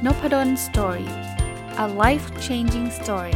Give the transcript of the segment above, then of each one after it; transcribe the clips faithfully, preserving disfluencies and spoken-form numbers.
Nopadon Story. A life-changing story.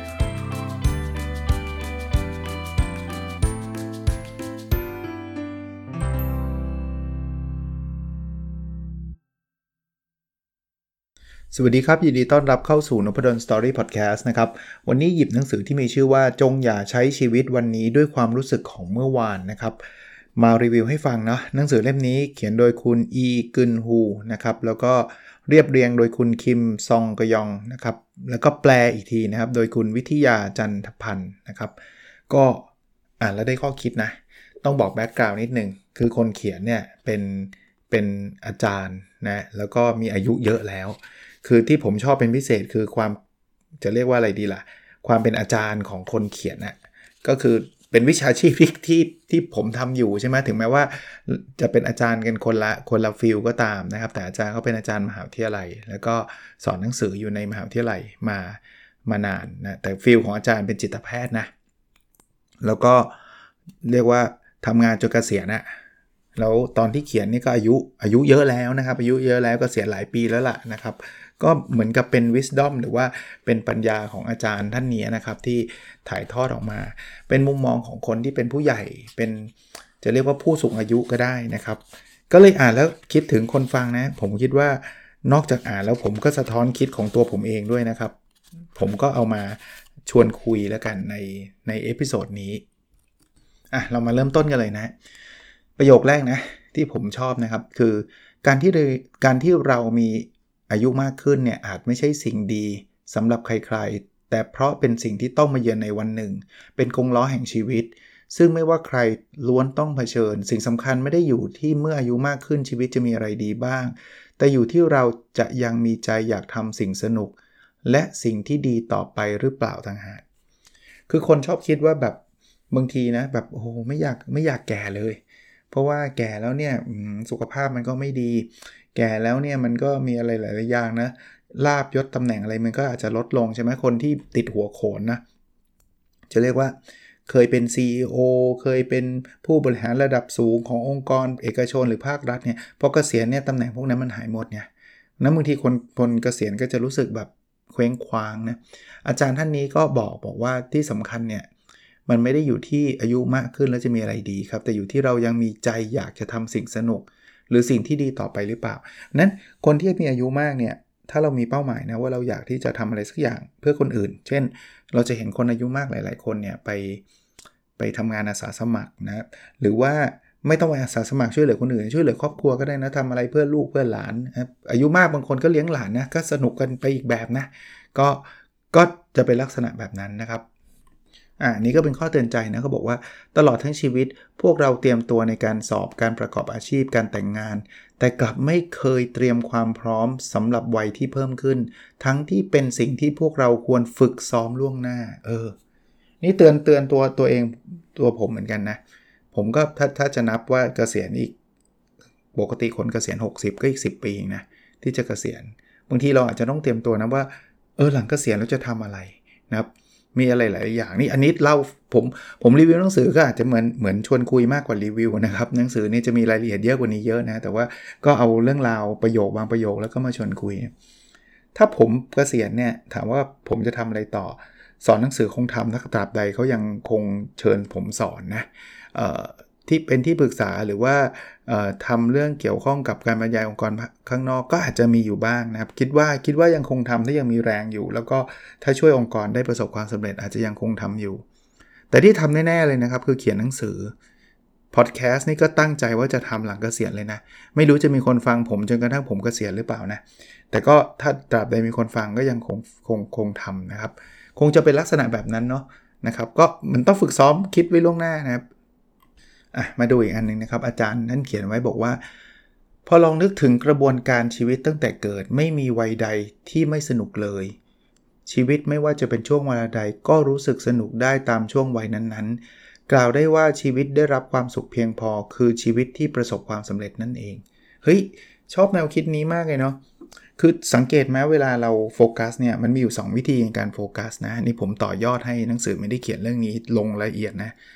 สวัสดีครับยินดีต้อนรับเข้าสู่ Nopadon Story Podcast นะครับวันนี้หยิบหนังสือที่มีชื่อว่าจงอย่าใช้ชีวิตวันนี้ด้วยความรู้สึกของเมื่อวานนะครับมารีวิวให้ฟังเนาะหนังสือเล่มนี้เขียนโดยคุณอีกึนฮูนะครับแล้วก็เรียบเรียงโดยคุณคิมซองกยองนะครับแล้วก็แปลอีกทีนะครับโดยคุณวิทยาจันทพันธ์นะครับก็อ่านแล้วได้ข้อคิดนะต้องบอกแบ็คกราวด์นิดนึงคือคนเขียนเนี่ยเป็นเป็นอาจารย์นะแล้วก็มีอายุเยอะแล้วคือที่ผมชอบเป็นพิเศษคือความจะเรียกว่าอะไรดีล่ะความเป็นอาจารย์ของคนเขียนน่ะก็คือเป็นวิชาชีพที่ที่ที่ผมทำอยู่ใช่ไหมถึงแม้ว่าจะเป็นอาจารย์กันคนละคนละฟิลก็ตามนะครับแต่อาจารย์เขาเป็นอาจารย์มหาวิทยาลัยแล้วก็สอนหนังสืออยู่ในมหาวิทยาลัยมามานานนะแต่ฟิลของอาจารย์เป็นจิตแพทย์นะแล้วก็เรียกว่าทำงานจนเกษียณน่ะแล้วตอนที่เขียนนี่ก็อายุอายุเยอะแล้วนะครับอายุเยอะแล้วก็เกษียณหลายปีแล้วล่ะนะครับก็เหมือนกับเป็น wisdom หรือว่าเป็นปัญญาของอาจารย์ท่านนี้นะครับที่ถ่ายทอดออกมาเป็นมุมมองของคนที่เป็นผู้ใหญ่เป็นจะเรียกว่าผู้สูงอายุก็ได้นะครับก็เลยอ่านแล้วคิดถึงคนฟังนะผมคิดว่านอกจากอ่านแล้วผมก็สะท้อนคิดของตัวผมเองด้วยนะครับผมก็เอามาชวนคุยแล้วกันในในเอพิโซดนี้อ่ะเรามาเริ่มต้นกันเลยนะประโยคแรกนะที่ผมชอบนะครับคือการที่การที่เรามีอายุมากขึ้นเนี่ยอาจไม่ใช่สิ่งดีสำหรับใครๆแต่เพราะเป็นสิ่งที่ต้องมาเยือนในวันหนึ่งเป็นกงล้อแห่งชีวิตซึ่งไม่ว่าใครล้วนต้องเผชิญสิ่งสำคัญไม่ได้อยู่ที่เมื่ออายุมากขึ้นชีวิตจะมีอะไรดีบ้างแต่อยู่ที่เราจะยังมีใจอยากทำสิ่งสนุกและสิ่งที่ดีต่อไปหรือเปล่าต่างหากคือคนชอบคิดว่าแบบบางทีนะแบบโอ้โหไม่อยากไม่อยากแก่เลยเพราะว่าแก่แล้วเนี่ยสุขภาพมันก็ไม่ดีแก่แล้วเนี่ยมันก็มีอะไรหลายๆอย่างนะลาภยศตำแหน่งอะไรมันก็อาจจะลดลงใช่ไหมคนที่ติดหัวโขนนะจะเรียกว่าเคยเป็น ซี อี โอ เคยเป็นผู้บริหารระดับสูงขององค์กรเอกชนหรือภาครัฐเนี่ยพอเกษียณเนี่ยตำแหน่งพวกนั้นมันหายหมดเนี่ยนั้นบางทีคนคนเกษียณก็จะรู้สึกแบบเคว้งคว้างนะอาจารย์ท่านนี้ก็บอกบอกว่าที่สำคัญเนี่ยมันไม่ได้อยู่ที่อายุมากขึ้นแล้วจะมีอะไรดีครับแต่อยู่ที่เรายังมีใจอยากจะทำสิ่งสนุกหรือสิ่งที่ดีต่อไปหรือเปล่านั้นคนที่มีอายุมากเนี่ยถ้าเรามีเป้าหมายนะว่าเราอยากที่จะทำอะไรสักอย่างเพื่อคนอื่นเช่นเราจะเห็นคนอายุมากหลายๆคนเนี่ยไปไปทำงานอาสาสมัครนะหรือว่าไม่ต้องไปอาสาสมัครช่วยเหลือคนอื่นช่วยเหลือครอบครัวก็ได้นะทำอะไรเพื่อลูกเพื่อหลานนะอายุมากบางคนก็เลี้ยงหลานนะก็สนุกกันไปอีกแบบนะก็ก็จะเป็นลักษณะแบบนั้นนะครับอ่านี่ก็เป็นข้อเตือนใจนะเขาบอกว่าตลอดทั้งชีวิตพวกเราเตรียมตัวในการสอบการประกอบอาชีพการแต่งงานแต่กลับไม่เคยเตรียมความพร้อมสำหรับวัยที่เพิ่มขึ้นทั้งที่เป็นสิ่งที่พวกเราควรฝึกซ้อมล่วงหน้าเออนี่เตือนเตือนตัวตัวเองตัวผมเหมือนกันนะผมก็ถ้าถ้าจะนับว่าเกษียณอีกปกติคนเกษียณหกสิบก็อีกสิบปีนะที่จะเกษียณบางทีเราอาจจะต้องเตรียมตัวนะว่าเออหลังเกษียณเราจะทำอะไรนะครับมีอะไรหลายอย่างนี่อันนี้เล่าผมผมรีวิวหนังสือก็อาจจะเหมือนเหมือนชวนคุยมากกว่ารีวิวนะครับหนังสือนี่จะมีรายละเอียดเยอะกว่านี้เยอะนะแต่ว่าก็เอาเรื่องราวประโยคบางประโยคแล้วก็มาชวนคุยถ้าผมเกษียณเนี่ยถามว่าผมจะทำอะไรต่อสอนหนังสือคงทำถ้าตราบใดเขายังคงเชิญผมสอนนะเอ่อที่เป็นที่ปรึกษาหรือว่าทำเรื่องเกี่ยวข้องกับการบรรยายองค์กรข้างนอกก็อาจจะมีอยู่บ้างนะครับคิดว่าคิดว่ายังคงทำถ้ายังมีแรงอยู่แล้วก็ถ้าช่วยองค์กรได้ประสบความสำเร็จอาจจะยังคงทำอยู่แต่ที่ทำแน่ๆเลยนะครับคือเขียนหนังสือพอดแคสต์นี่ก็ตั้งใจว่าจะทำหลังเกษียณเลยนะไม่รู้จะมีคนฟังผมจนกระทั่งผมเกษียณหรือเปล่านะแต่ก็ถ้าตราบใดมีคนฟังก็ยังคงคงคงทำนะครับคงจะเป็นลักษณะแบบนั้นเนาะนะครับก็มันต้องฝึกซ้อมคิดไว้ล่วงหน้านะครับอ่ะมาดูอีกอันนึงนะครับอาจารย์ท่านเขียนไว้บอกว่าพอลองนึกถึงกระบวนการชีวิตตั้งแต่เกิดไม่มีวัยใดที่ไม่สนุกเลยชีวิตไม่ว่าจะเป็นช่วงเวลาใดก็รู้สึกสนุกได้ตามช่วงวัยนั้นๆกล่าวได้ว่าชีวิตได้รับความสุขเพียงพอคือชีวิตที่ประสบความสำเร็จนั่นเองเฮ้ยชอบแนวคิดนี้มากเลยเนาะคือสังเกตไหมเวลาเราโฟกัสเนี่ยมันมีอยู่สองวิธีในการโฟกัสนะนี่ผมต่อยอดให้หนังสือไม่ได้เขียนเรื่องนี้ลงรายละเอียดนะ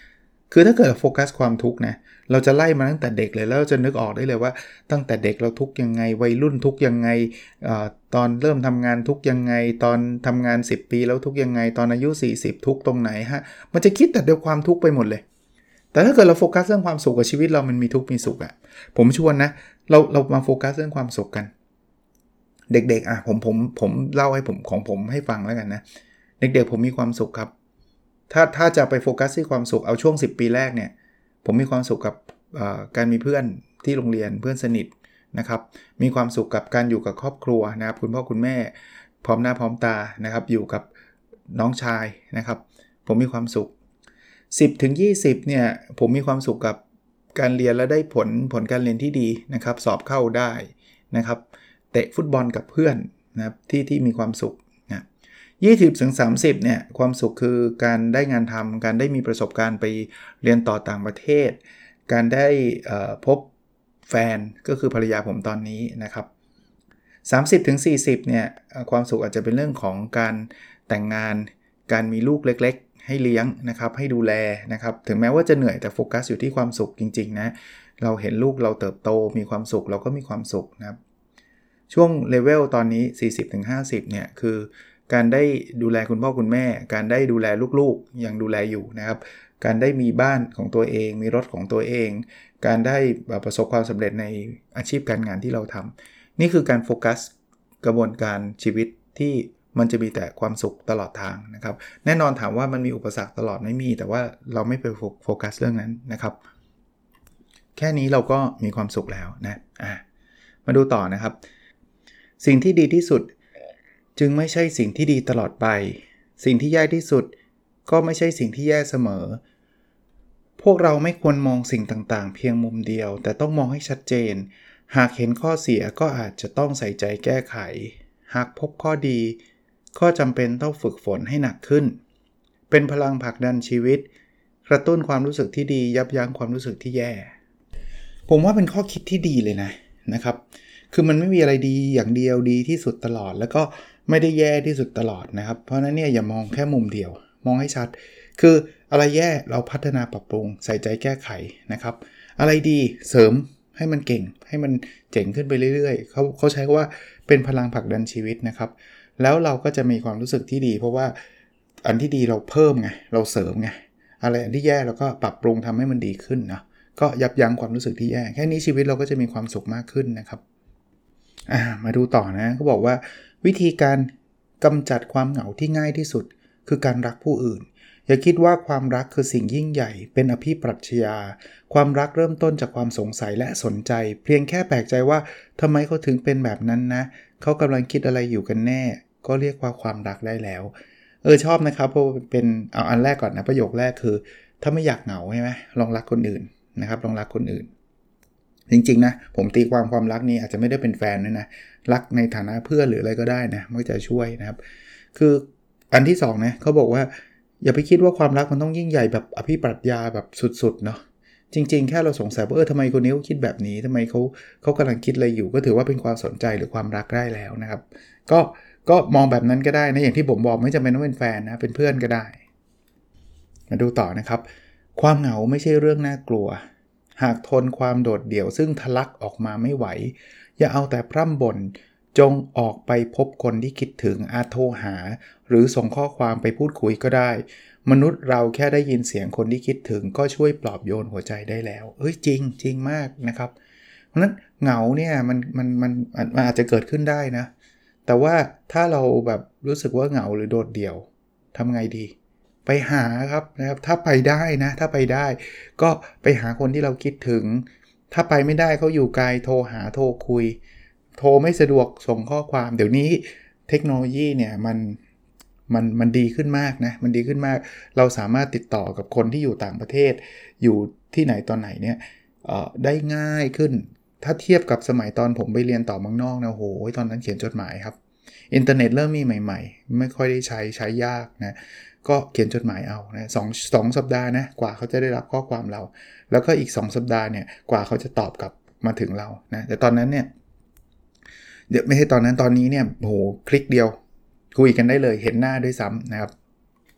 คือถ้าเกิดเราโฟกัสความทุกข์นะเราจะไล่มาตั้งแต่เด็กเลยแล้วเราจะนึกออกได้เลยว่าตั้งแต่เด็กเราทุกข์ยังไงวัยรุ่นทุกข์ยังไงเอ่อตอนเริ่มทำงานทุกข์ยังไงตอนทำงานสิบปีแล้วทุกข์ยังไงตอนอายุสี่สิบทุกข์ตรงไหนฮะมันจะคิดแต่ด้วยความทุกข์ไปหมดเลยแต่ถ้าเกิดเราโฟกัสเรื่องความสุขกับชีวิตเรามันมีทุกข์มีสุขอ่ะผมชวนนะเราเรามาโฟกัสเรื่องความสุขกันเด็กๆอ่ะผมผมผมเล่าให้ผมของผมให้ฟังแล้วกันนะเด็กๆผมมีความสุขครับถ้าถ้าจะไปโฟกัสที่ความสุขเอาช่วงสิบปีแรกเนี่ยผมมีความสุขกับการมีเพื่อนที่โรงเรียนเพื่อนสนิทนะครับมีความสุขกับการอยู่กับครอบครัวนะครับคุณพ่อคุณแม่พร้อมหน้าพร้อมตานะครับอยู่กับน้องชายนะครับผมมีความสุข สิบถึงยี่สิบ เนี่ยผมมีความสุขกับการเรียนและได้ผลผลการเรียนที่ดีนะครับสอบเข้าได้นะครับเตะฟุตบอลกับเพื่อนนะครับที่ที่มีความสุขนะยี่สิบถึงสามสิบเนี่ยความสุขคือการได้งานทำการได้มีประสบการณ์ไปเรียนต่อต่างประเทศการได้พบแฟนก็คือภรรยาผมตอนนี้นะครับ สามสิบถึงสี่สิบ เนี่ยความสุขอาจจะเป็นเรื่องของการแต่งงานการมีลูกเล็กๆให้เลี้ยงนะครับให้ดูแลนะครับถึงแม้ว่าจะเหนื่อยแต่โฟกัสอยู่ที่ความสุขจริงๆนะเราเห็นลูกเราเติบโตมีความสุขเราก็มีความสุขนะครับช่วงเลเวลตอนนี้ สี่สิบถึงห้าสิบ เนี่ยคือการได้ดูแลคุณพ่อคุณแม่การได้ดูแลลูกๆยังดูแลอยู่นะครับการได้มีบ้านของตัวเองมีรถของตัวเองการได้ประสบความสำเร็จในอาชีพการงานที่เราทำนี่คือการโฟกัสกระบวนการชีวิตที่มันจะมีแต่ความสุขตลอดทางนะครับแน่นอนถามว่ามันมีอุปสรรคตลอดไม่มีแต่ว่าเราไม่ไปโฟกัสเรื่องนั้นนะครับแค่นี้เราก็มีความสุขแล้วนะอ่ะมาดูต่อนะครับสิ่งที่ดีที่สุดจึงไม่ใช่สิ่งที่ดีตลอดไปสิ่งที่แย่ที่สุดก็ไม่ใช่สิ่งที่แย่เสมอพวกเราไม่ควรมองสิ่งต่างๆเพียงมุมเดียวแต่ต้องมองให้ชัดเจนหากเห็นข้อเสียก็อาจจะต้องใส่ใจแก้ไขหากพบข้อดีก็จำเป็นต้องฝึกฝนให้หนักขึ้นเป็นพลังผลักดันชีวิตกระตุ้นความรู้สึกที่ดียับยั้งความรู้สึกที่แย่ผมว่าเป็นข้อคิดที่ดีเลยนะนะครับคือมันไม่มีอะไรดีอย่างเดียวดีที่สุดตลอดแล้วก็ไม่ได้แย่ที่สุดตลอดนะครับเพราะนั้นเนี่ยอย่ามองแค่มุมเดียวมองให้ชัดคืออะไรแย่เราพัฒนาปรับปรุงใส่ใจแก้ไขนะครับอะไรดีเสริมให้มันเก่งให้มันเจ๋งขึ้นไปเรื่อยๆเขาเขาใช้ว่าเป็นพลังผลักดันชีวิตนะครับแล้วเราก็จะมีความรู้สึกที่ดีเพราะว่าอันที่ดีเราเพิ่มไงเราเสริมไงอะไรอันที่แย่เราก็ปรับปรุงทำให้มันดีขึ้นนะก็ยับยั้งความรู้สึกที่แย่แค่นี้ชีวิตเราก็จะมีความสุขมากขึ้นนะครับอ่ามาดูต่อนะเขาบอกว่าวิธีการกำจัดความเหงาที่ง่ายที่สุดคือการรักผู้อื่นอย่าคิดว่าความรักคือสิ่งยิ่งใหญ่เป็นอภิปรัชญาความรักเริ่มต้นจากความสงสัยและสนใจเพียงแค่แปลกใจว่าทำไมเขาถึงเป็นแบบนั้นนะเขากำลังคิดอะไรอยู่กันแน่ก็เรียกว่าความรักได้แล้วเออชอบนะครับเพราะเป็นเอาอันแรกก่อนนะประโยคแรกคือถ้าไม่อยากเหงาใช่ไหมลองรักคนอื่นนะครับลองรักคนอื่นจริงๆนะผมตีความความรักนี้อาจจะไม่ได้เป็นแฟนนะนะรักในฐานะเพื่อนหรืออะไรก็ได้นะมันจะช่วยนะครับคืออันที่สองนะเขาบอกว่าอย่าไปคิดว่าความรักมันต้องยิ่งใหญ่แบบอภิปรัชญาแบบสุดๆเนาะจริงๆแค่เราสงสัยว่าเออทำไมคนนี้เขาคิดแบบนี้ทำไมเขาเขากำลังคิดอะไรอยู่ก็ถือว่าเป็นความสนใจหรือความรักได้แล้วนะครับก็ก็มองแบบนั้นก็ได้นะอย่างที่ผมบอกไม่จำเป็นต้องเป็นแฟนนะเป็นเพื่อนก็ได้มาดูต่อนะครับความเหงาไม่ใช่เรื่องน่ากลัวหากทนความโดดเดี่ยวซึ่งทะลักออกมาไม่ไหวอย่าเอาแต่พร่ำบ่นจงออกไปพบคนที่คิดถึงอาจโทรหาหรือส่งข้อความไปพูดคุยก็ได้มนุษย์เราแค่ได้ยินเสียงคนที่คิดถึงก็ช่วยปลอบโยนหัวใจได้แล้วเอ้ยจริงจริงมากนะครับเพราะนั้นเหงาเนี่ยมันมันมันมันอาจจะเกิดขึ้นได้นะแต่ว่าถ้าเราแบบรู้สึกว่าเหงาหรือโดดเดี่ยวทำไงดีไปหาครับนะครับถ้าไปได้นะถ้าไปได้ก็ไปหาคนที่เราคิดถึงถ้าไปไม่ได้เขาอยู่ไกลโทรหาโทรคุยโทรไม่สะดวกส่งข้อความเดี๋ยวนี้เทคโนโลยีเนี่ยมันมันมันดีขึ้นมากนะมันดีขึ้นมากเราสามารถติดต่อกับคนที่อยู่ต่างประเทศอยู่ที่ไหนตอนไหนเนี่ยเอ่อได้ง่ายขึ้นถ้าเทียบกับสมัยตอนผมไปเรียนต่อเมืองนอกนะโหตอนนั้นเขียนจดหมายครับอินเทอร์เน็ตเริ่มมีใหม่ๆไม่ค่อยได้ใช้ใช้ยากนะก็เขียนจดหมายเอานะสอง สองสัปดาห์นะกว่าเขาจะได้รับข้อความเราแล้วก็อีกสองสัปดาห์เนี่ยกว่าเขาจะตอบกลับมาถึงเรานะแต่ตอนนั้นเนี่ยเดี๋ยวไม่ใช่ตอนนั้นตอนนี้เนี่ยโหคลิกเดียวคุยกันได้เลยเห็นหน้าด้วยซ้ำนะครับ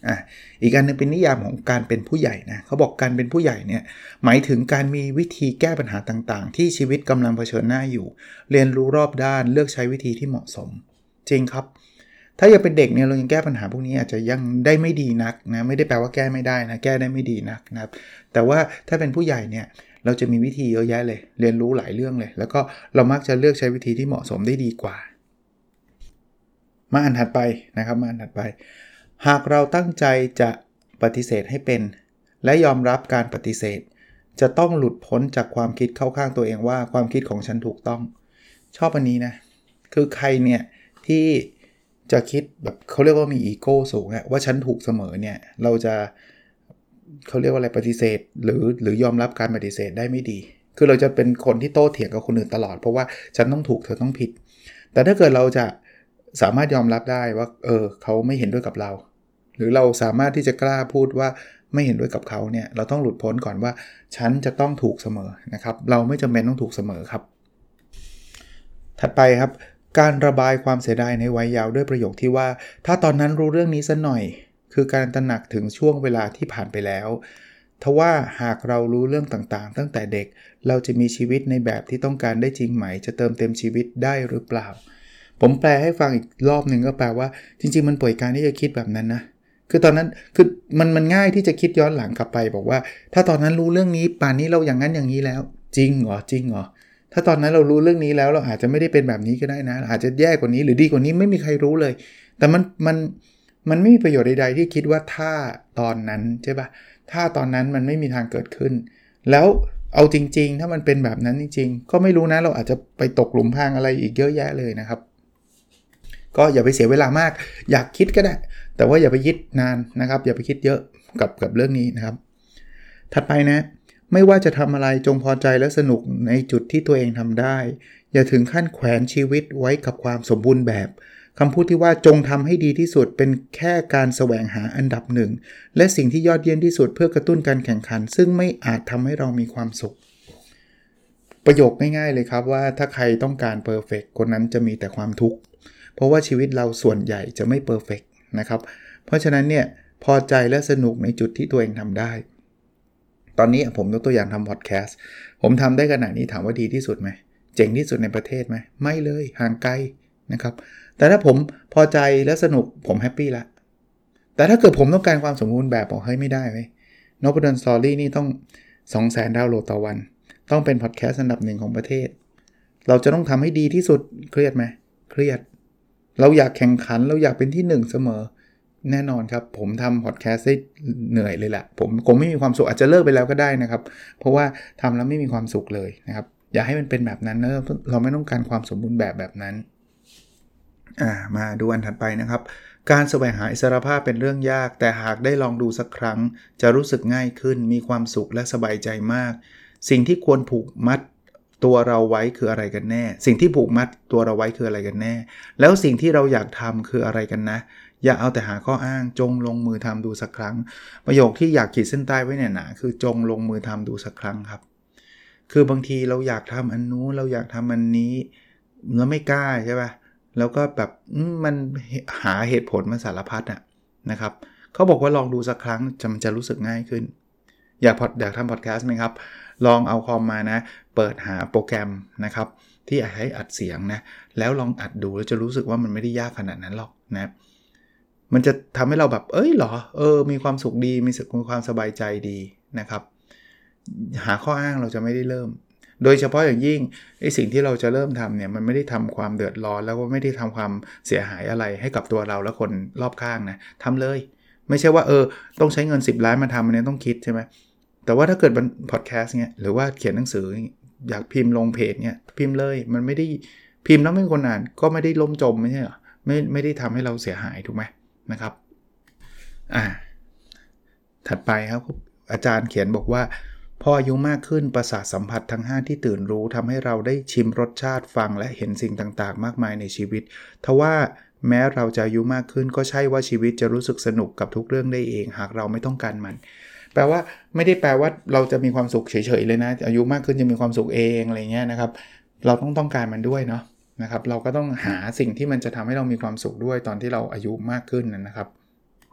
อ่ะอีกอันนึงเป็นนิยามของการเป็นผู้ใหญ่นะเขาบอกการเป็นผู้ใหญ่เนี่ยหมายถึงการมีวิธีแก้ปัญหาต่างๆที่ชีวิตกำลังเผชิญหน้าอยู่เรียนรู้รอบด้านเลือกใช้วิธีที่เหมาะสมจริงครับถ้ายังเป็นเด็กเนี่ยเรายังแก้ปัญหาพวกนี้อาจจะยังได้ไม่ดีนักนะไม่ได้แปลว่าแก้ไม่ได้นะแก้ได้ไม่ดีนักนะครับแต่ว่าถ้าเป็นผู้ใหญ่เนี่ยเราจะมีวิธีเยอะแยะเลยเรียนรู้หลายเรื่องเลยแล้วก็เรามักจะเลือกใช้วิธีที่เหมาะสมได้ดีกว่ามาอันถัดไปนะครับมาอันถัดไปหากเราตั้งใจจะปฏิเสธให้เป็นและยอมรับการปฏิเสธจะต้องหลุดพ้นจากความคิดเข้าข้างตัวเองว่าความคิดของฉันถูกต้องชอบอันนี้นะคือใครเนี่ยที่จะคิดแบบเขาเรียกว่ามีอีโก้สูงอะว่าฉันถูกเสมอเนี่ยเราจะเขาเรียกว่าอะไรปฏิเสธหรือหรือยอมรับการปฏิเสธได้ไม่ดีคือเราจะเป็นคนที่โต้เถียงกับคนอื่นตลอดเพราะว่าฉันต้องถูกเธอต้องผิดแต่ถ้าเกิดเราจะสามารถยอมรับได้ว่าเออเขาไม่เห็นด้วยกับเราหรือเราสามารถที่จะกล้าพูดว่าไม่เห็นด้วยกับเขาเนี่ยเราต้องหลุดพ้นก่อนว่าฉันจะต้องถูกเสมอนะครับเราไม่จำเป็นต้องถูกเสมอครับถัดไปครับการระบายความเสียดายในวัยเยาว์ด้วยประโยคที่ว่าถ้าตอนนั้นรู้เรื่องนี้สักหน่อยคือการตระหนักถึงช่วงเวลาที่ผ่านไปแล้วทว่าหากเรารู้เรื่องต่างๆตั้งแต่เด็กเราจะมีชีวิตในแบบที่ต้องการได้จริงไหมจะเติมเต็มชีวิตได้หรือเปล่าผมแปลให้ฟังอีกรอบนึงก็แปลว่าจริงๆมันป่วยการที่จะคิดแบบนั้นนะคือตอนนั้นคือมันมันง่ายที่จะคิดย้อนหลังกลับไปบอกว่าถ้าตอนนั้นรู้เรื่องนี้ป่านนี้เราอย่างนั้นอย่างนี้แล้วจริงเหรอจริงเหรอถ้าตอนนั้นเรารู้เรื่องนี้แล้วเราอาจจะไม่ได้เป็นแบบนี้ก็ได้นะอาจจะแย่กว่านี้หรือดีกว่านี้ไม่มีใครรู้เลยแต่มันมันมันไม่มีประโยชน์ใดๆที่คิดว่าถ้าตอนนั้นใช่ป่ะถ้าตอนนั้นมันไม่มีทางเกิดขึ้นแล้วเอาจริงๆถ้ามันเป็นแบบนั้นจริงๆก็ไม่รู้นะเราอาจจะไปตกหลุมพรางอะไรอีกเยอะแยะเลยนะครับก็อย่าไปเสียเวลามากอยากคิดก็ได้แต่ว่าอย่าไปคิดนานนะครับอย่าไปคิดเยอะกับกับเรื่องนี้นะครับถัดไปนะไม่ว่าจะทำอะไรจงพอใจและสนุกในจุดที่ตัวเองทำได้อย่าถึงขั้นแขวนชีวิตไว้กับความสมบูรณ์แบบคำพูดที่ว่าจงทำให้ดีที่สุดเป็นแค่การแสวงหาอันดับหนึ่งและสิ่งที่ยอดเยี่ยมที่สุดเพื่อกระตุ้นการแข่งขันซึ่งไม่อาจทำให้เรามีความสุขประโยคง่ายๆเลยครับว่าถ้าใครต้องการเพอร์เฟคคนนั้นจะมีแต่ความทุกข์เพราะว่าชีวิตเราส่วนใหญ่จะไม่เพอร์เฟคนะครับเพราะฉะนั้นเนี่ยพอใจและสนุกในจุดที่ตัวเองทำได้ตอนนี้ผมยกตัวอย่างทำพอดแคสต์ผมทำได้ขนาดนี้ถามว่าดีที่สุดไหมเจ๋งที่สุดในประเทศไหมไม่เลยห่างไกลนะครับแต่ถ้าผมพอใจและสนุกผมแฮปปี้ละแต่ถ้าเกิดผมต้องการความสมบูรณ์แบบบอกเฮ้ยไม่ได้เว้ย Noppadan Story นี่ต้อง สองแสน ดาวน์โหลดต่อวันต้องเป็นพอดแคสต์อันดับหนึ่งของประเทศเราจะต้องทำให้ดีที่สุดเครียดไหมเครียดเราอยากแข่งขันเราอยากเป็นที่หนึ่งเสมอแน่นอนครับผมทำพอดแคสต์ได้เหนื่อยเลยแหละผมผมไม่มีความสุขอาจจะเลิกไปแล้วก็ได้นะครับเพราะว่าทำแล้วไม่มีความสุขเลยนะครับอย่าให้มันเป็นแบบนั้นนะเราไม่ต้องการความสมบูรณ์แบบแบบนั้นอ่ามาดูอันถัดไปนะครับการแสวงหาอิสรภาพเป็นเรื่องยากแต่หากได้ลองดูสักครั้งจะรู้สึกง่ายขึ้นมีความสุขและสบายใจมากสิ่งที่ควรผูกมัดตัวเราไว้คืออะไรกันแน่สิ่งที่ผูกมัดตัวเราไว้คืออะไรกันแน่แล้วสิ่งที่เราอยากทำคืออะไรกันนะอย่าเอาแต่หาข้ออ้างจงลงมือทำดูสักครั้งประโยคที่อยากขีดเส้นใต้ไว้เนี่ยนะคือจงลงมือทำดูสักครั้งครับคือบางทีเราอยากทำอันนู้นเราอยากทำอันนี้แล้วไม่กล้าใช่ป่ะแล้วก็แบบมันหาเหตุผลมาสารพัดอ่ะนะครับเขาบอกว่าลองดูสักครั้งจะมันจะรู้สึกง่ายขึ้นอยากพอดอยากทำพอดแคสต์ไหมครับลองเอาคอมมานะเปิดหาโปรแกรมนะครับที่อาจให้อัดเสียงนะแล้วลองอัดดูแล้วจะรู้สึกว่ามันไม่ได้ยากขนาดนั้นหรอกนะมันจะทำให้เราแบบเอ้ยเหรอเออมีความสุขดีมีความสบายใจดีนะครับหาข้ออ้างเราจะไม่ได้เริ่มโดยเฉพาะอย่างยิ่งไอ้สิ่งที่เราจะเริ่มทำเนี่ยมันไม่ได้ทำความเดือดร้อนแล้วก็ไม่ได้ทำความเสียหายอะไรให้กับตัวเราและคนรอบข้างนะทำเลยไม่ใช่ว่าเออต้องใช้เงินสิบล้านมาทำอันนี้ต้องคิดใช่ไหมแต่ว่าถ้าเกิดเป็นพอดแคสต์เนี่ยหรือว่าเขียนหนังสืออยากพิมพ์ลงเพจเนี่ยพิมพ์เลยมันไม่ได้พิมพ์แล้วไม่มีคนอ่านก็ไม่ได้ล่มจมไม่ใช่เหรอไม่ไม่ได้ทำให้เราเสียหายถูกไหมนะครับอ่าถัดไปครับอาจารย์เขียนบอกว่าพออายุมากขึ้นประสาทสัมผัสทั้งห้าที่ตื่นรู้ทำให้เราได้ชิมรสชาติฟังและเห็นสิ่งต่างๆมากมายในชีวิตทว่าแม้เราจะอายุมากขึ้นก็ใช่ว่าชีวิตจะรู้สึกสนุกกับทุกเรื่องได้เองหากเราไม่ต้องการมันแปลว่าไม่ได้แปลว่าเราจะมีความสุขเฉยๆเลยนะอายุมากขึ้นจะมีความสุขเองอะไรเงี้ยนะครับเราต้องต้องการมันด้วยเนาะนะครับเราก็ต้องหาสิ่งที่มันจะทำให้เรามีความสุขด้วยตอนที่เราอายุมากขึ้นนะครับ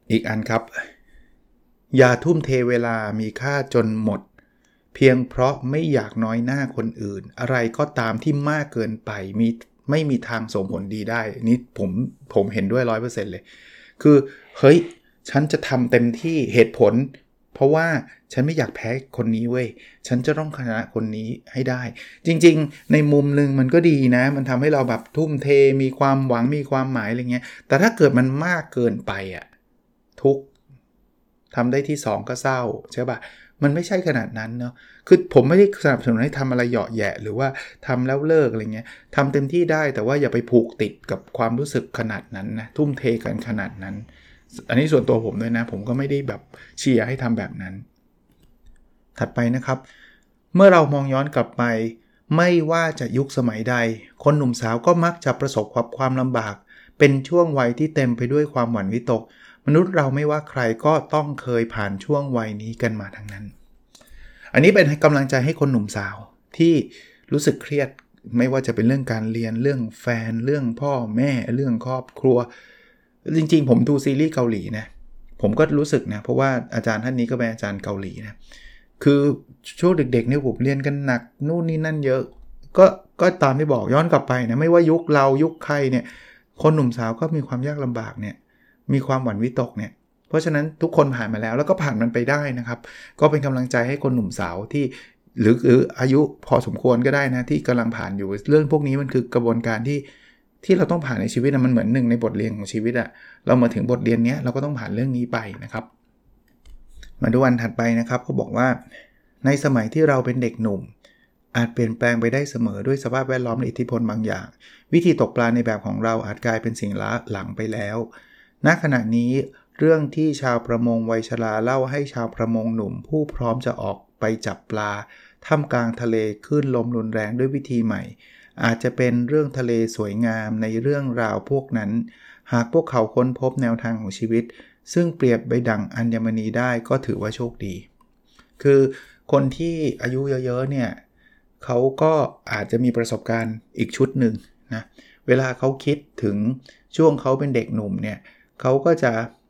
อีกอันครับอย่าทุ่มเทเวลามีค่าจนหมดเพียงเพราะไม่อยากน้อยหน้าคนอื่นอะไรก็ตามที่มากเกินไปมีไม่มีทางส่งผลดีได้นี่ผมผมเห็นด้วย ร้อยเปอร์เซ็นต์ เลยคือเฮ้ยฉันจะทำเต็มที่เหตุผลเพราะว่าฉันไม่อยากแพ้คนนี้เว้ยฉันจะต้องชนะคนนี้ให้ได้จริงๆในมุมนึงมันก็ดีนะมันทำให้เราแบบทุ่มเทมีความหวังมีความหมายอะไรเงี้ยแต่ถ้าเกิดมันมากเกินไปอ่ะทุกทำได้ที่สองก็เศร้าใช่ป่ะมันไม่ใช่ขนาดนั้นเนาะคือผมไม่ได้สนับสนุนให้ทำอะไรเหยาะแหยะหรือว่าทำแล้วเลิกอะไรเงี้ยทำเต็มที่ได้แต่ว่าอย่าไปผูกติดกับความรู้สึกขนาดนั้นนะทุ่มเทกันขนาดนั้นอันนี้ส่วนตัวผมด้วยนะผมก็ไม่ได้แบบเชียร์ให้ทำแบบนั้นถัดไปนะครับเมื่อเรามองย้อนกลับไปไม่ว่าจะยุคสมัยใดคนหนุ่มสาวก็มักจะประสบความความลำบากเป็นช่วงวัยที่เต็มไปด้วยความหวั่นวิตกมนุษย์เราไม่ว่าใครก็ต้องเคยผ่านช่วงวัยนี้กันมาทั้งนั้นอันนี้เป็นกำลังใจให้คนหนุ่มสาวที่รู้สึกเครียดไม่ว่าจะเป็นเรื่องการเรียนเรื่องแฟนเรื่องพ่อแม่เรื่องครอบครัวจริงๆผมดูซีรีส์เกาหลีนะผมก็รู้สึกนะเพราะว่าอาจารย์ท่านนี้ก็เป็นอาจารย์เกาหลีนะคือช่วงเด็กๆเนี่ยผมเรียนกันหนักนู่นนี่นั่นเยอะก็ก็ตามที่บอกย้อนกลับไปนะไม่ว่ายุคเรายุคใครเนี่ยคนหนุ่มสาวก็มีความยากลำบากเนี่ยมีความหวั่นวิตกเนี่ยเพราะฉะนั้นทุกคนผ่านมาแล้วแล้วก็ผ่านมันไปได้นะครับก็เป็นกำลังใจให้คนหนุ่มสาวที่หรือหรืออายุพอสมควรก็ได้นะที่กำลังผ่านอยู่เรื่องพวกนี้มันคือกระบวนการที่ที่เราต้องผ่านในชีวิตนะมันเหมือนหนึ่งในบทเรียนของชีวิตอะเรามาถึงบทเรียนนี้เราก็ต้องผ่านเรื่องนี้ไปนะครับมาดูอันถัดไปนะครับเขาบอกว่าในสมัยที่เราเป็นเด็กหนุ่มอาจเปลี่ยนแปลงไปได้เสมอด้วยสภาพแวดล้อมและอิทธิพลบางอย่างวิธีตกปลาในแบบของเราอาจกลายเป็นสิ่งล้าหลังไปแล้วณขณะนี้เรื่องที่ชาวประมงวัยชราเล่าให้ชาวประมงหนุ่มผู้พร้อมจะออกไปจับปลาท่ามกลางทะเลคลื่นลมรุนแรงด้วยวิธีใหม่อาจจะเป็นเรื่องทะเลสวยงามในเรื่องราวพวกนั้นหากพวกเขาค้นพบแนวทางของชีวิตซึ่งเปรียบไปดั่งอัญมณีได้ก็ถือว่าโชคดีคือคนที่อายุเยอะๆเนี่ยเขาก็อาจจะมีประสบการณ์อีกชุดหนึ่งนะเวลาเขาคิดถึงช่วงเขาเป็นเด็กหนุ่มเนี่ยเขาก็จะ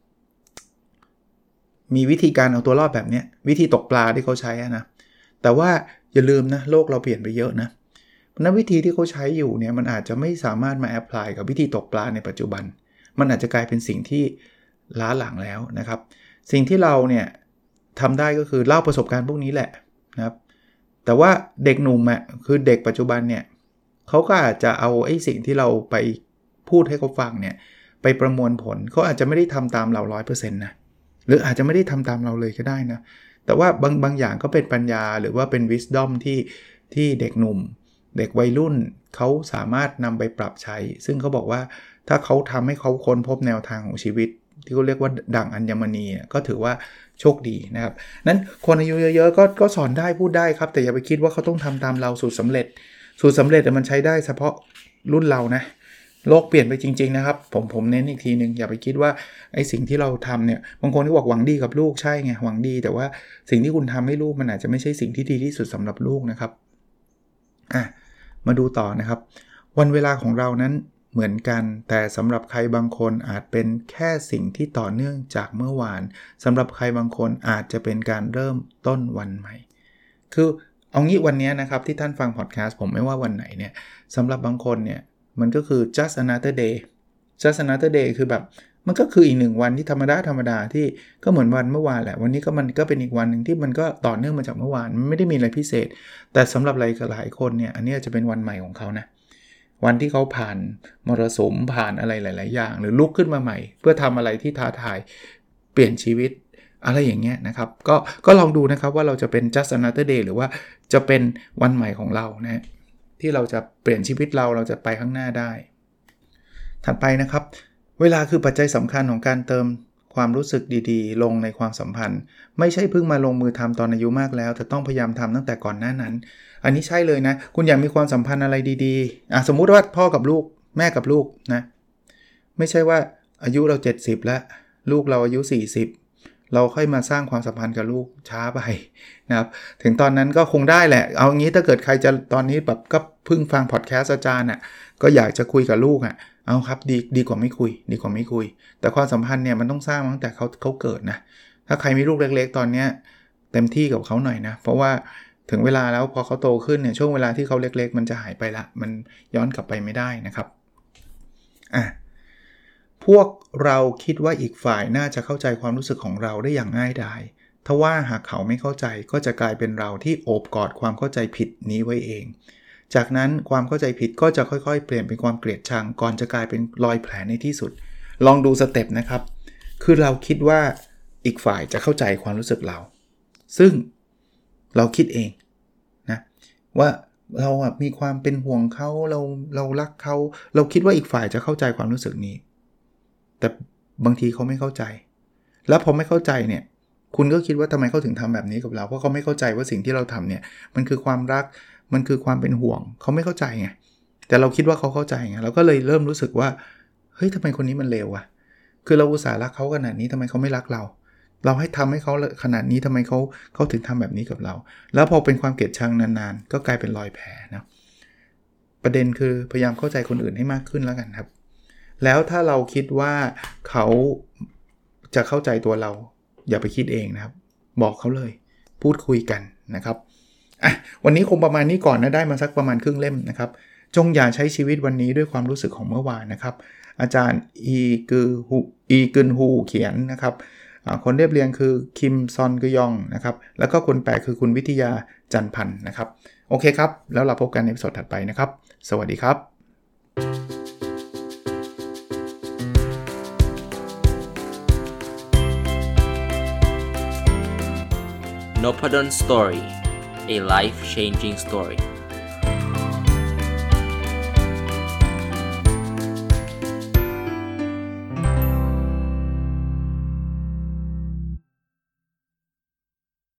มีวิธีการเอาตัวรอดแบบนี้วิธีตกปลาที่เขาใช้นะแต่ว่าอย่าลืมนะโลกเราเปลี่ยนไปเยอะนะนั้นวิธีที่เขาใช้อยู่เนี่ยมันอาจจะไม่สามารถมาแอพพลายกับวิธีตกปลาในปัจจุบันมันอาจจะกลายเป็นสิ่งที่ล้าหลังแล้วนะครับสิ่งที่เราเนี่ยทำได้ก็คือเล่าประสบการณ์พวกนี้แหละนะครับแต่ว่าเด็กหนุ่มอ่ะคือเด็กปัจจุบันเนี่ยเขาก็อาจจะเอาไอ้สิ่งที่เราไปพูดให้เขาฟังเนี่ยไปประมวลผลเขาอาจจะไม่ได้ทำตามเรา ร้อยเปอร์เซ็นต์ นะหรืออาจจะไม่ได้ทำตามเราเลยก็ได้นะแต่ว่าบางบางอย่างก็เป็นปัญญาหรือว่าเป็น wisdom ที่ที่เด็กหนุ่มเด็กวัยรุ่นเขาสามารถนำไปปรับใช้ซึ่งเขาบอกว่าถ้าเขาทำให้เขาค้นพบแนวทางของชีวิตที่เขาเรียกว่าดั่งอัญมณีก็ถือว่าโชคดีนะครับนั้นคนอายุเยอะๆก็ก็สอนได้พูดได้ครับแต่อย่าไปคิดว่าเขาต้องทำตามเราสูตรสำเร็จสูตรสำเร็จมันใช้ได้เฉพาะรุ่นเรานะโลกเปลี่ยนไปจริงๆนะครับผมผมเน้นอีกทีนึงอย่าไปคิดว่าไอ้สิ่งที่เราทำเนี่ยบางคนก็บอกหวังดีกับลูกใช่ไงหวังดีแต่ว่าสิ่งที่คุณทำให้ลูกมันอาจจะไม่ใช่สิ่งที่ดีที่สุดสำหรับลูกนะครับอ่ะมาดูต่อนะครับวันเวลาของเรานั้นเหมือนกันแต่สำหรับใครบางคนอาจเป็นแค่สิ่งที่ต่อเนื่องจากเมื่อวานสำหรับใครบางคนอาจจะเป็นการเริ่มต้นวันใหม่คือเอางี้วันนี้นะครับที่ท่านฟังพอดแคสต์ผมไม่ว่าวันไหนเนี่ยสำหรับบางคนเนี่ยมันก็คือ just another day just another day คือแบบมันก็คืออีกหนึ่งวันที่ธรรมดาธรรมดาที่ก็เหมือนวันเมื่อวานแหละวันนี้ก็มันก็เป็นอีกวันหนึ่งที่มันก็ต่อเนื่องมาจากเมื่อวานมันไม่ได้มีอะไรพิเศษแต่สำหรับหลายๆคนเนี่ยอันนี้จะเป็นวันใหม่ของเขานะวันที่เขาผ่านมรสุมผ่านอะไรหลายๆอย่างหรือลุกขึ้นมาใหม่เพื่อทำอะไรที่ท้าทายเปลี่ยนชีวิตอะไรอย่างเงี้ยนะครับก็ก็ลองดูนะครับว่าเราจะเป็น just another day หรือว่าจะเป็นวันใหม่ของเรานะที่เราจะเปลี่ยนชีวิตเราเราจะไปข้างหน้าได้ถัดไปนะครับเวลาคือปัจจัยสำคัญของการเติมความรู้สึกดีๆลงในความสัมพันธ์ไม่ใช่เพิ่งมาลงมือทำตอนอายุมากแล้วแต่ต้องพยายามทำตั้งแต่ก่อนหน้านั้นอันนี้ใช่เลยนะคุณอยากมีความสัมพันธ์อะไรดีๆอ่ะสมมุติว่าพ่อกับลูกแม่กับลูกนะไม่ใช่ว่าอายุเราเจ็ดสิบแล้วลูกเราอายุสี่สิบเราค่อยมาสร้างความสัมพันธ์กับลูกช้าไปนะครับถึงตอนนั้นก็คงได้แหละเอางี้ถ้าเกิดใครจะตอนนี้แบบก็เพิ่งฟังพอดแคสต์อาจารย์อ่ะก็อยากจะคุยกับลูกอ่ะเอาครับดีดีกว่าไม่คุยดีกว่าไม่คุยแต่ความสัมพันธ์เนี่ยมันต้องสร้างตั้งแต่เขาเขาเกิดนะถ้าใครมีลูกเล็กๆตอนเนี้ยเต็มที่กับเขาหน่อยนะเพราะว่าถึงเวลาแล้วพอเขาโตขึ้นเนี่ยช่วงเวลาที่เขาเล็กๆมันจะหายไปละมันย้อนกลับไปไม่ได้นะครับอ่ะพวกเราคิดว่าอีกฝ่ายน่าจะเข้าใจความรู้สึกของเราได้อย่างง่ายดายทว่าหากเขาไม่เข้าใจก็จะกลายเป็นเราที่โอบกอดความเข้าใจผิดนี้ไว้เองจากนั้นความเข้าใจผิดก็จะค่อยๆเปลี่ยนเป็นความเกลียดชังก่อนจะกลายเป็นรอยแผลในที่สุดลองดูสเต็ปนะครับคือเราคิดว่าอีกฝ่ายจะเข้าใจความรู้สึกเราซึ่งเราคิดเองนะว่าเราอ่ะมีความเป็นห่วงเขาเราเรารักเขาเราคิดว่าอีกฝ่ายจะเข้าใจความรู้สึกนี้แต่บางทีเขาไม่เข้าใจแล้วพอไม่เข้าใจเนี่ยคุณก็คิดว่าทำไมเขาถึงทำแบบนี้กับเราเพราะเขาไม่เข้าใจว่าสิ่งที่เราทำเนี่ยมันคือความรักมันคือความเป็นห่วงเขาไม่เข้าใจไงแต่เราคิดว่าเขาเข้าใจไงเราก็เลยเริ่มรู้สึกว่าเฮ้ยทำไมคนนี้มันเลววะคือเราอุตส่าห์รักเขาขนาดนี้ทำไมเขาไม่รักเราเราให้ทำให้เขาขนาดนี้ทำไมเขาเขาถึงทำแบบนี้กับเราแล้วพอเป็นความเกลียดชังนานๆก็กลายเป็นรอยแผลนะประเด็นคือพยายามเข้าใจคนอื่นให้มากขึ้นแล้วกันครับแล้วถ้าเราคิดว่าเขาจะเข้าใจตัวเราอย่าไปคิดเองนะครับบอกเขาเลยพูดคุยกันนะครับอ่ะวันนี้คงประมาณนี้ก่อนนะได้มาสักประมาณครึ่งเล่มนะครับจงอย่าใช้ชีวิตวันนี้ด้วยความรู้สึกของเมื่อวานนะครับอาจารย์อีกือฮูอีกึนฮูเขียนนะครับคนเรียบเรียงคือคิมซอนกยองนะครับแล้วก็คนแปลคือคุณวิทยาจันพันธ์นะครับโอเคครับแล้วเราพบกันในตอนถัดไปนะครับสวัสดีครับ Noppadan Story, a life-changing story.